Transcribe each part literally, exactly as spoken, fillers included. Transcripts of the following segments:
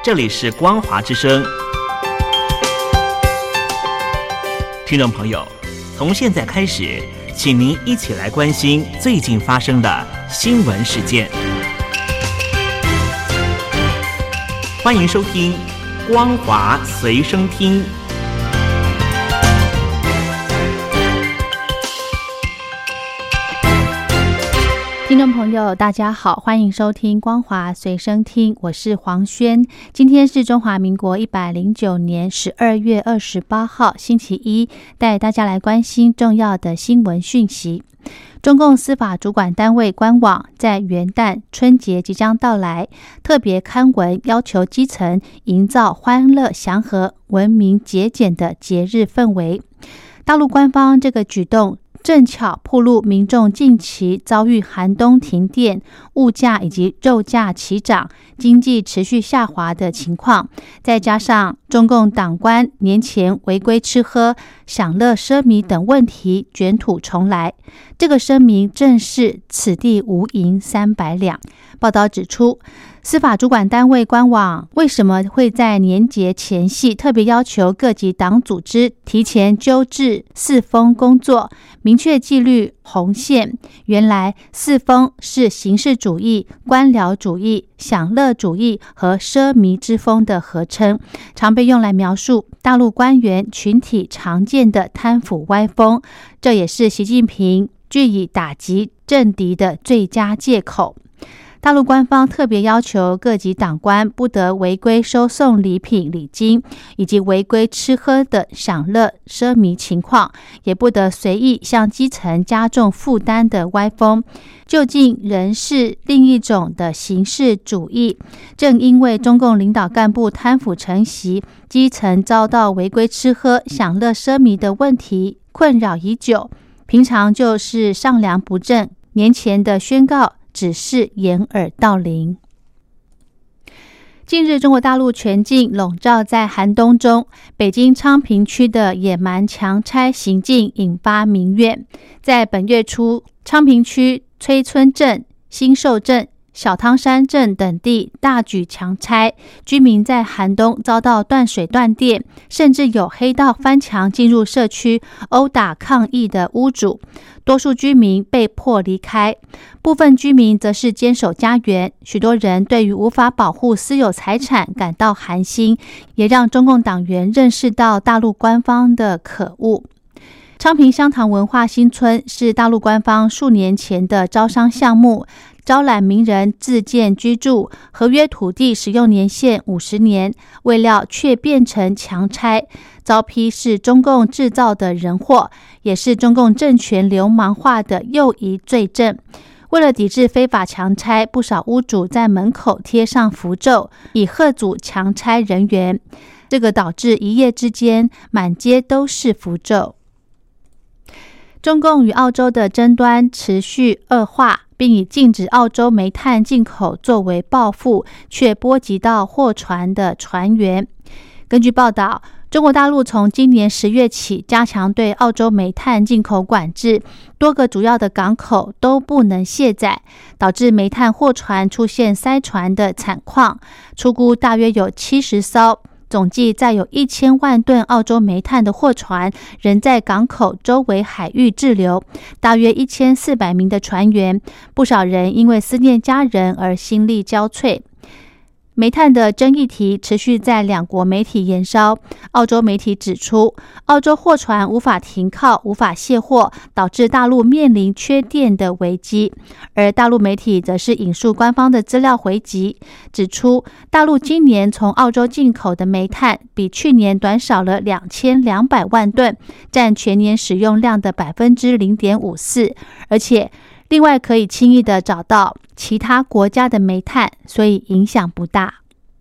这里是光华之声。听众朋友，从现在开始，请您一起来关心最近发生的新闻事件。欢迎收听光华随声听。 听众朋友大家好，欢迎收听光华随声听，我是黄轩。今天是中华民国一百零九年十二月二十八号星期一，带大家来关心重要的新闻讯息。中共司法主管单位官网在元旦、春节即将到来，特别刊文要求基层营造欢乐祥和、文明节俭的节日氛围。大陆官方这个举动正巧暴露民众近期遭遇寒冬停电、物价以及肉价齐涨、经济持续下滑的情况，再加上中共党官年前违规吃喝、享乐奢靡等问题卷土重来，这个声明正是此地无银三百两。报道指出，司法主管单位官网为什么会在年节前夕特别要求各级党组织提前纠治四风工作，明确纪律红线？原来四风是形式主义、官僚主义、享乐主义和奢靡之风的合称，常被用来描述大陆官员群体常见的贪腐歪风，这也是习近平据以打击政敌的最佳借口。大陆官方特别要求各级党官不得违规收送礼品礼金，以及违规吃喝的享乐奢靡情况，也不得随意向基层加重负担的歪风，究竟仍是另一种的形式主义。正因为中共领导干部贪腐成习，基层遭到违规吃喝享乐奢靡的问题困扰已久，平常就是上梁不正，年前的宣告只是掩耳盗铃。近日，中国大陆全境笼罩在寒冬中，北京昌平区的野蛮强拆行径引发民怨。在本月初，昌平区崔村镇、新寿镇、小汤山镇等地大举强拆，居民在寒冬遭到断水断电，甚至有黑道翻墙进入社区殴打抗议的屋主，多数居民被迫离开，部分居民则是坚守家园。许多人对于无法保护私有财产感到寒心，也让中共党员认识到大陆官方的可恶。昌平香堂文化新村是大陆官方数年前的招商项目，招揽名人自建居住，合约土地使用年限五十年，未料却变成强拆，遭批是中共制造的人祸，也是中共政权流氓化的又一罪证。为了抵制非法强拆，不少屋主在门口贴上符咒，以吓阻强拆人员，这个导致一夜之间满街都是符咒。中共与澳洲的争端持续恶化，并以禁止澳洲煤炭进口作为报复，却波及到货船的船员。根据报道，中国大陆从今年十月起加强对澳洲煤炭进口管制，多个主要的港口都不能卸载，导致煤炭货船出现塞船的惨况，初估大约有七十艘，总计再有一千万吨澳洲煤炭的货船仍在港口周围海域滞留，大约一千四百名的船员，不少人因为思念家人而心力交瘁。煤炭的争议题持续在两国媒体延烧。澳洲媒体指出，澳洲货船无法停靠、无法卸货，导致大陆面临缺电的危机。而大陆媒体则是引述官方的资料回击，指出大陆今年从澳洲进口的煤炭比去年短少了两千两百万吨，占全年使用量的 百分之零点五四， 而且另外可以轻易的找到其他国家的煤炭，所以影响不大。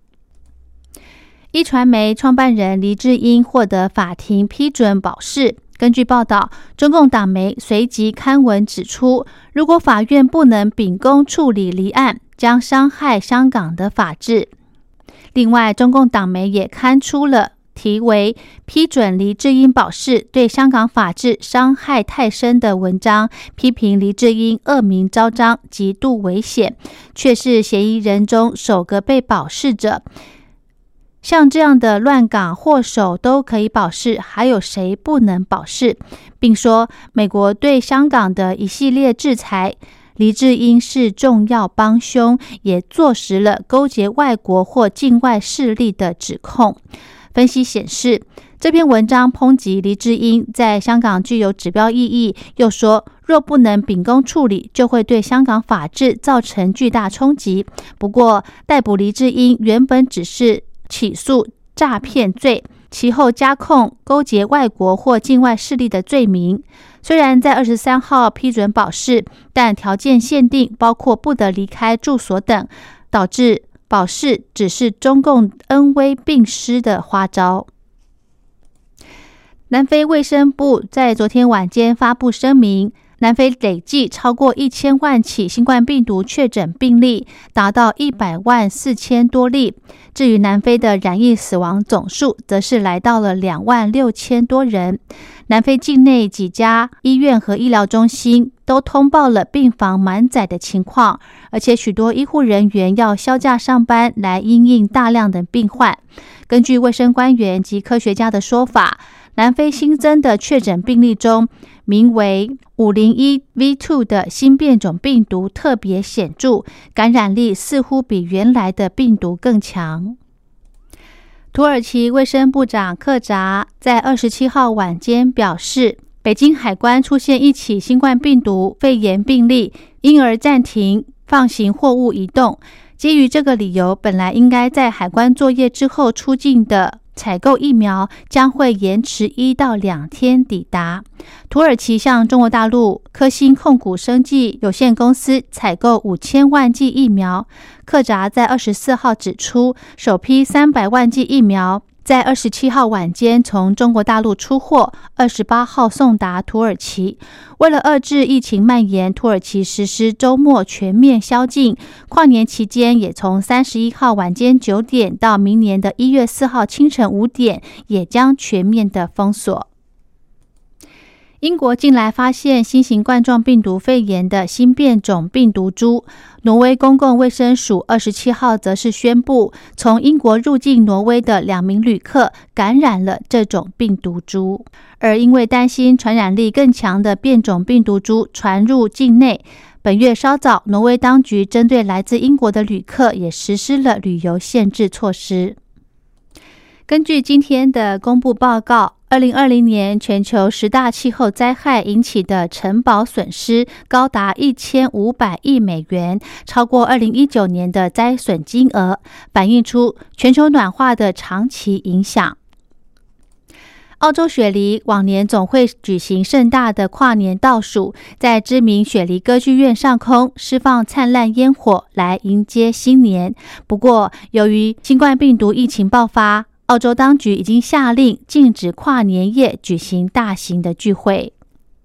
一传媒创办人黎智英获得法庭批准保释。根据报道，中共党媒随即刊文指出，如果法院不能秉公处理离案，将伤害香港的法治。另外，中共党媒也刊出了题为批准黎智英保释，对香港法治伤害太深的文章，批评黎智英恶名昭彰，极度危险，却是嫌疑人中首个被保释者。 像这样的乱港祸首都可以保释，还有谁不能保释？并说美国对香港的一系列制裁，黎智英是重要帮凶，也坐实了勾结外国或境外势力的指控。分析显示，这篇文章抨击黎智英在香港具有指标意义，又说若不能秉公处理，就会对香港法治造成巨大冲击。不过，逮捕黎智英原本只是起诉诈骗罪，其后加控勾结外国或境外势力的罪名。虽然在二十三号批准保释，但条件限定，包括不得离开住所等，导致保释只是中共恩威并施的花招。南非卫生部在昨天晚间发布声明，南非累计超过一千万起新冠病毒确诊病例，达到一百万四千多例。至于南非的染疫死亡总数，则是来到了两万六千多人。南非境内几家医院和医疗中心都通报了病房满载的情况，而且许多医护人员要销假上班来因应大量的病患。根据卫生官员及科学家的说法，南非新增的确诊病例中，名为五零一 V 二 的新变种病毒特别显著，感染力似乎比原来的病毒更强。土耳其卫生部长克扎在二十七号晚间表示，北京海关出现一起新冠病毒肺炎病例，因而暂停放行货物移动。基于这个理由，本来应该在海关作业之后出境的采购疫苗将会延迟一到两天抵达。土耳其向中国大陆科兴控股生技有限公司采购五千万剂疫苗。克扎在二十四号指出，首批三百万剂疫苗在二十七号晚间从中国大陆出货，二十八号送达土耳其。为了遏制疫情蔓延，土耳其实施周末全面宵禁，跨年期间也从三十一号晚间九点到明年的一月四号清晨五点，也将全面的封锁。英国近来发现新型冠状病毒肺炎的新变种病毒株，挪威公共卫生署二十七号则是宣布，从英国入境挪威的两名旅客感染了这种病毒株。而因为担心传染力更强的变种病毒株传入境内，本月稍早，挪威当局针对来自英国的旅客也实施了旅游限制措施。根据今天的公布报告，二零二零年全球十大气候灾害引起的承保损失高达一千五百亿美元，超过二零一九年的灾损金额，反映出全球暖化的长期影响。澳洲雪梨往年总会举行盛大的跨年倒数，在知名雪梨歌剧院上空释放灿烂烟火来迎接新年。不过，由于新冠病毒疫情爆发，澳洲当局已经下令禁止跨年夜举行大型的聚会。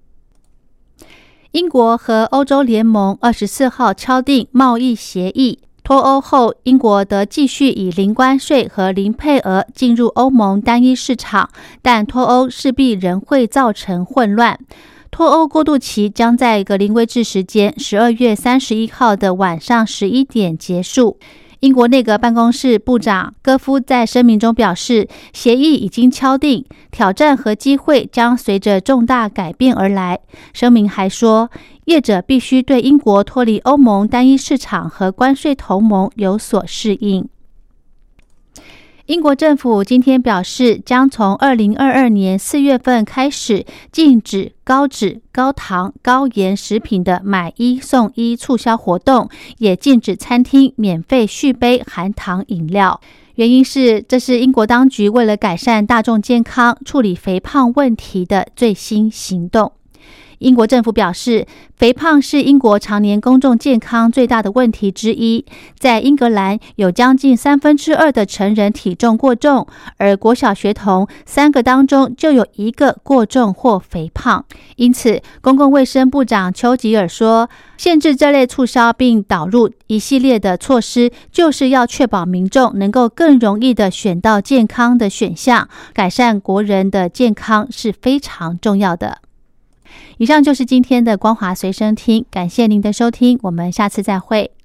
英国和欧洲联盟二十四号敲定贸易协议，脱欧后，英国得继续以零关税和零配额进入欧盟单一市场，但脱欧势必仍会造成混乱。脱欧过渡期将在格林威治时间十二月三十一号的晚上十一点结束。英国内阁办公室部长戈夫在声明中表示，协议已经敲定，挑战和机会将随着重大改变而来。声明还说，业者必须对英国脱离欧盟单一市场和关税同盟有所适应。英国政府今天表示，将从二零二二年四月份开始禁止高脂、高糖、高盐食品的买一送一促销活动，也禁止餐厅免费续杯含糖饮料。原因是，这是英国当局为了改善大众健康、处理肥胖问题的最新行动。英国政府表示，肥胖是英国常年公众健康最大的问题之一。在英格兰，有将近三分之二的成人体重过重，而国小学童三个当中就有一个过重或肥胖。因此，公共卫生部长丘吉尔说，限制这类促销并导入一系列的措施，就是要确保民众能够更容易地选到健康的选项，改善国人的健康是非常重要的。以上就是今天的光华随身听，感谢您的收听，我们下次再会。